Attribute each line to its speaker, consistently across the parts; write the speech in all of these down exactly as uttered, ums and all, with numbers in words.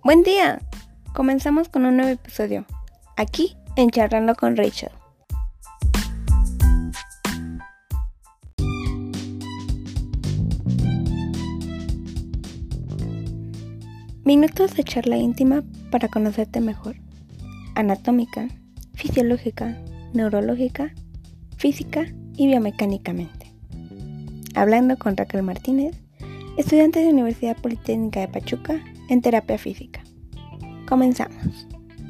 Speaker 1: Buen día, comenzamos con un nuevo episodio, aquí en Charlando con Rachel. Minutos de charla íntima para conocerte mejor. Anatómica, fisiológica, neurológica, física y biomecánicamente. Hablando con Raquel Martínez, estudiante de Universidad Politécnica de Pachuca en terapia física. Comenzamos.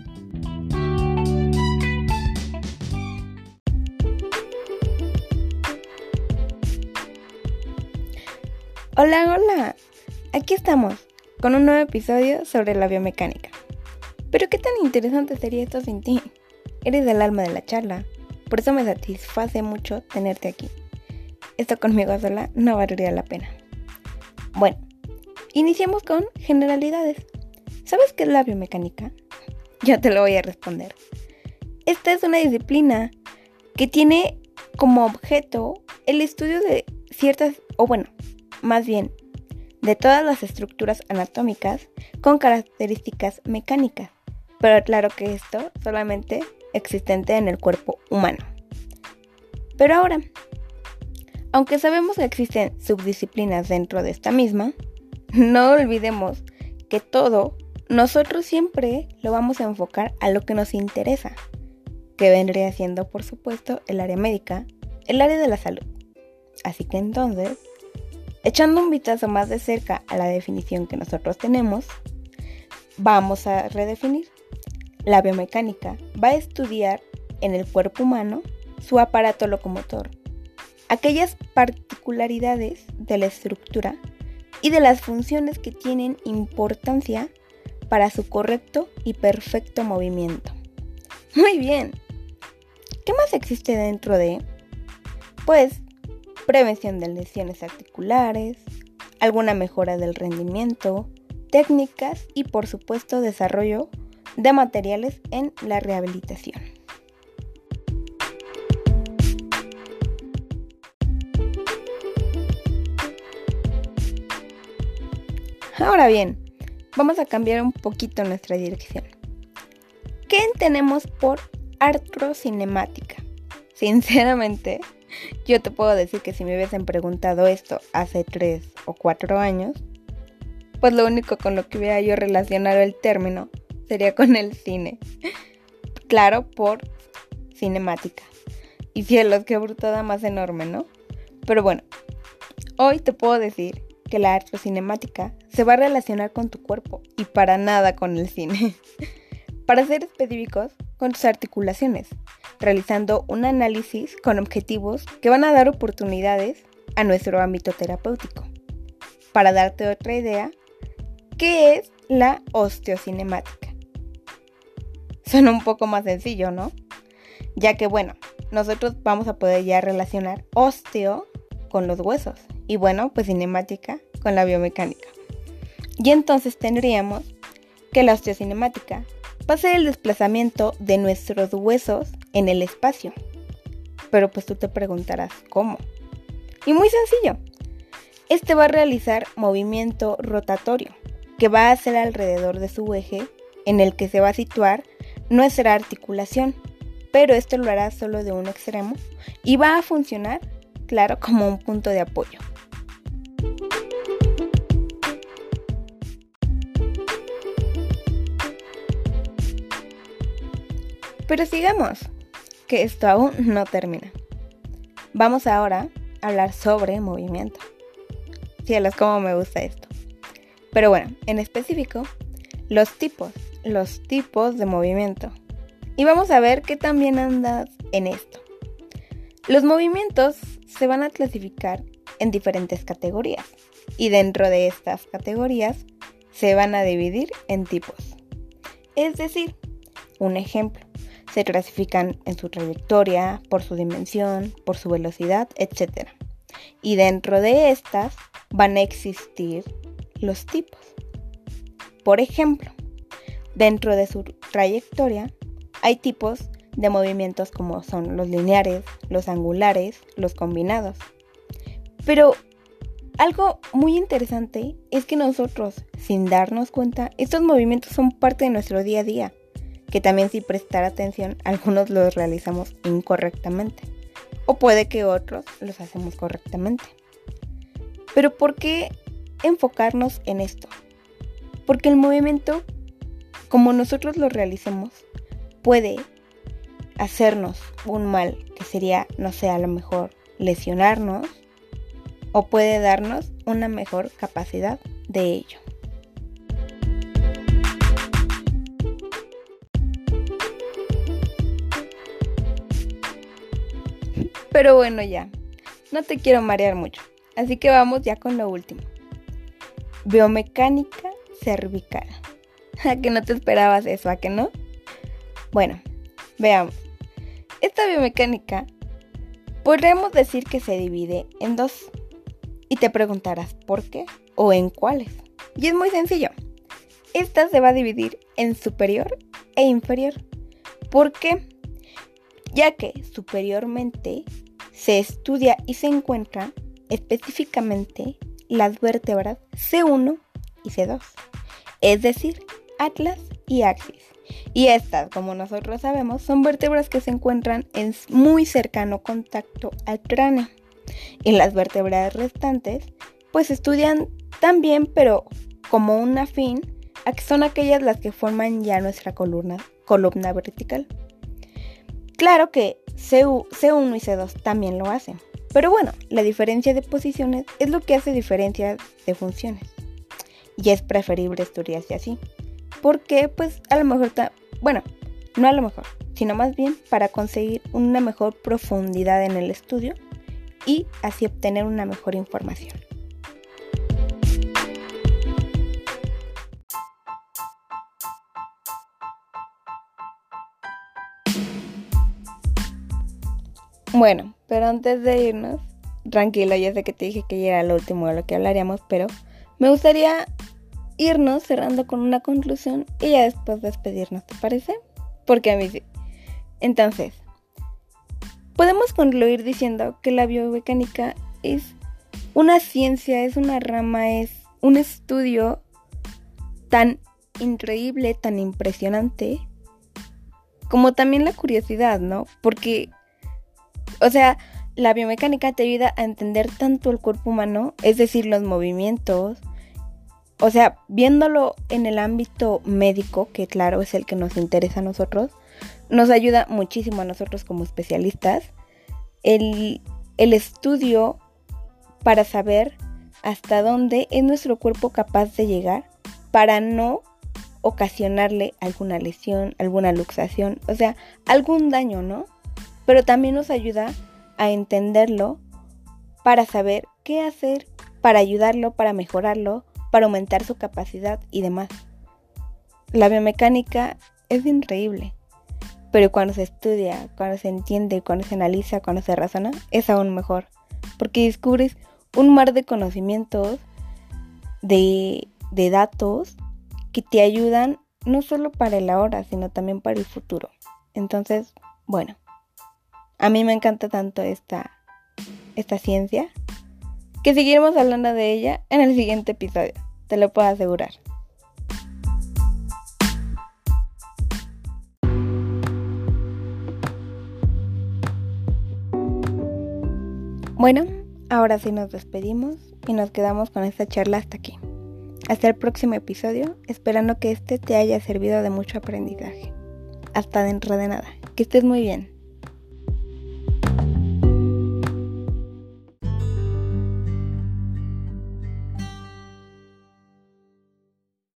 Speaker 1: Hola, hola. Aquí estamos con un nuevo episodio sobre la biomecánica. Pero qué tan interesante sería esto sin ti. Eres el alma de la charla, por eso me satisface mucho tenerte aquí. Esto conmigo sola no valdría la pena. Bueno, iniciemos con generalidades. ¿Sabes qué es la biomecánica? Yo te lo voy a responder. Esta es una disciplina que tiene como objeto el estudio de ciertas, o bueno, más bien, de todas las estructuras anatómicas con características mecánicas. Pero claro que esto solamente existente en el cuerpo humano. Pero ahora, aunque sabemos que existen subdisciplinas dentro de esta misma, no olvidemos que todo, nosotros siempre lo vamos a enfocar a lo que nos interesa, que vendría siendo, por supuesto, el área médica, el área de la salud. Así que entonces, echando un vistazo más de cerca a la definición que nosotros tenemos, vamos a redefinir. La biomecánica va a estudiar en el cuerpo humano su aparato locomotor, aquellas particularidades de la estructura y de las funciones que tienen importancia para su correcto y perfecto movimiento. Muy bien. ¿Qué más existe dentro de? Pues, prevención de lesiones articulares, alguna mejora del rendimiento, técnicas y por supuesto desarrollo de materiales en la rehabilitación. Ahora bien, vamos a cambiar un poquito nuestra dirección. ¿Qué entendemos por artrocinemática? Sinceramente, yo te puedo decir que si me hubiesen preguntado esto hace tres o cuatro años, pues lo único con lo que hubiera yo relacionado el término sería con el cine. Claro, por cinemática. Y cielos, qué brutada más enorme, ¿no? Pero bueno, hoy te puedo decir que la artrocinemática se va a relacionar con tu cuerpo y para nada con el cine. Para ser específicos, con tus articulaciones, realizando un análisis con objetivos que van a dar oportunidades a nuestro ámbito terapéutico. Para darte otra idea, ¿qué es la osteocinemática? Suena un poco más sencillo, ¿no? Ya que bueno, nosotros vamos a poder ya relacionar osteo con los huesos y bueno, pues cinemática con la biomecánica. Y entonces tendríamos que la osteocinemática va a ser el desplazamiento de nuestros huesos en el espacio. Pero pues tú te preguntarás, ¿cómo? Y muy sencillo. Este va a realizar movimiento rotatorio, que va a ser alrededor de su eje, en el que se va a situar nuestra articulación. Pero esto lo hará solo de un extremo y va a funcionar, claro, como un punto de apoyo. Pero sigamos, que esto aún no termina. Vamos ahora a hablar sobre movimiento. Cielos, cómo me gusta esto. Pero bueno, en específico, los tipos, los tipos de movimiento. Y vamos a ver qué también andas en esto. Los movimientos se van a clasificar en diferentes categorías. Y dentro de estas categorías se van a dividir en tipos. Es decir, un ejemplo. Se clasifican en su trayectoria, por su dimensión, por su velocidad, etcétera. Y dentro de estas van a existir los tipos. Por ejemplo, dentro de su trayectoria hay tipos de movimientos como son los lineares, los angulares, los combinados. Pero, algo muy interesante es que nosotros, sin darnos cuenta, estos movimientos son parte de nuestro día a día, que también sin prestar atención, algunos los realizamos incorrectamente, o puede que otros los hacemos correctamente. Pero ¿por qué enfocarnos en esto? Porque el movimiento, como nosotros lo realicemos, puede hacernos un mal, que sería, no sé, a lo mejor lesionarnos, o puede darnos una mejor capacidad de ello. Pero bueno, ya, no te quiero marear mucho, así que vamos ya con lo último. Biomecánica cervical. ¿A que no te esperabas eso, a que no? Bueno, veamos. Esta biomecánica podríamos decir que se divide en dos. Y te preguntarás ¿por qué? ¿O en cuáles? Y es muy sencillo. Esta se va a dividir en superior e inferior. ¿Por qué? Ya que superiormente se estudia y se encuentran específicamente las vértebras C uno y C dos, es decir, atlas y axis. Y estas, como nosotros sabemos, son vértebras que se encuentran en muy cercano contacto al cráneo. Y las vértebras restantes, pues estudian también, pero como un afín, a que son aquellas las que forman ya nuestra columna, columna vertical. Claro que C uno y C dos también lo hacen, pero bueno, la diferencia de posiciones es lo que hace diferencia de funciones. Y es preferible estudiarse así, porque pues a lo mejor, ta- bueno, no a lo mejor, sino más bien para conseguir una mejor profundidad en el estudio y así obtener una mejor información. Bueno, pero antes de irnos, tranquilo, ya sé que te dije que ya era lo último de lo que hablaríamos, pero me gustaría irnos cerrando con una conclusión y ya después despedirnos, ¿te parece? Porque a mí sí. Entonces, podemos concluir diciendo que la biomecánica es una ciencia, es una rama, es un estudio tan increíble, tan impresionante, como también la curiosidad, ¿no? Porque, o sea, la biomecánica te ayuda a entender tanto el cuerpo humano, es decir, los movimientos. O sea, viéndolo en el ámbito médico, que claro es el que nos interesa a nosotros, nos ayuda muchísimo a nosotros como especialistas el, el estudio para saber hasta dónde es nuestro cuerpo capaz de llegar para no ocasionarle alguna lesión, alguna luxación, o sea, algún daño, ¿no? Pero también nos ayuda a entenderlo para saber qué hacer, para ayudarlo, para mejorarlo, para aumentar su capacidad y demás. La biomecánica es increíble, pero cuando se estudia, cuando se entiende, cuando se analiza, cuando se razona, es aún mejor, porque descubres un mar de conocimientos, de, de datos que te ayudan no solo para el ahora, sino también para el futuro. Entonces, bueno, a mí me encanta tanto esta, esta ciencia que seguiremos hablando de ella en el siguiente episodio, te lo puedo asegurar. Bueno, ahora sí nos despedimos y nos quedamos con esta charla hasta aquí. Hasta el próximo episodio, esperando que este te haya servido de mucho aprendizaje. Hasta dentro de nada. Que estés muy bien.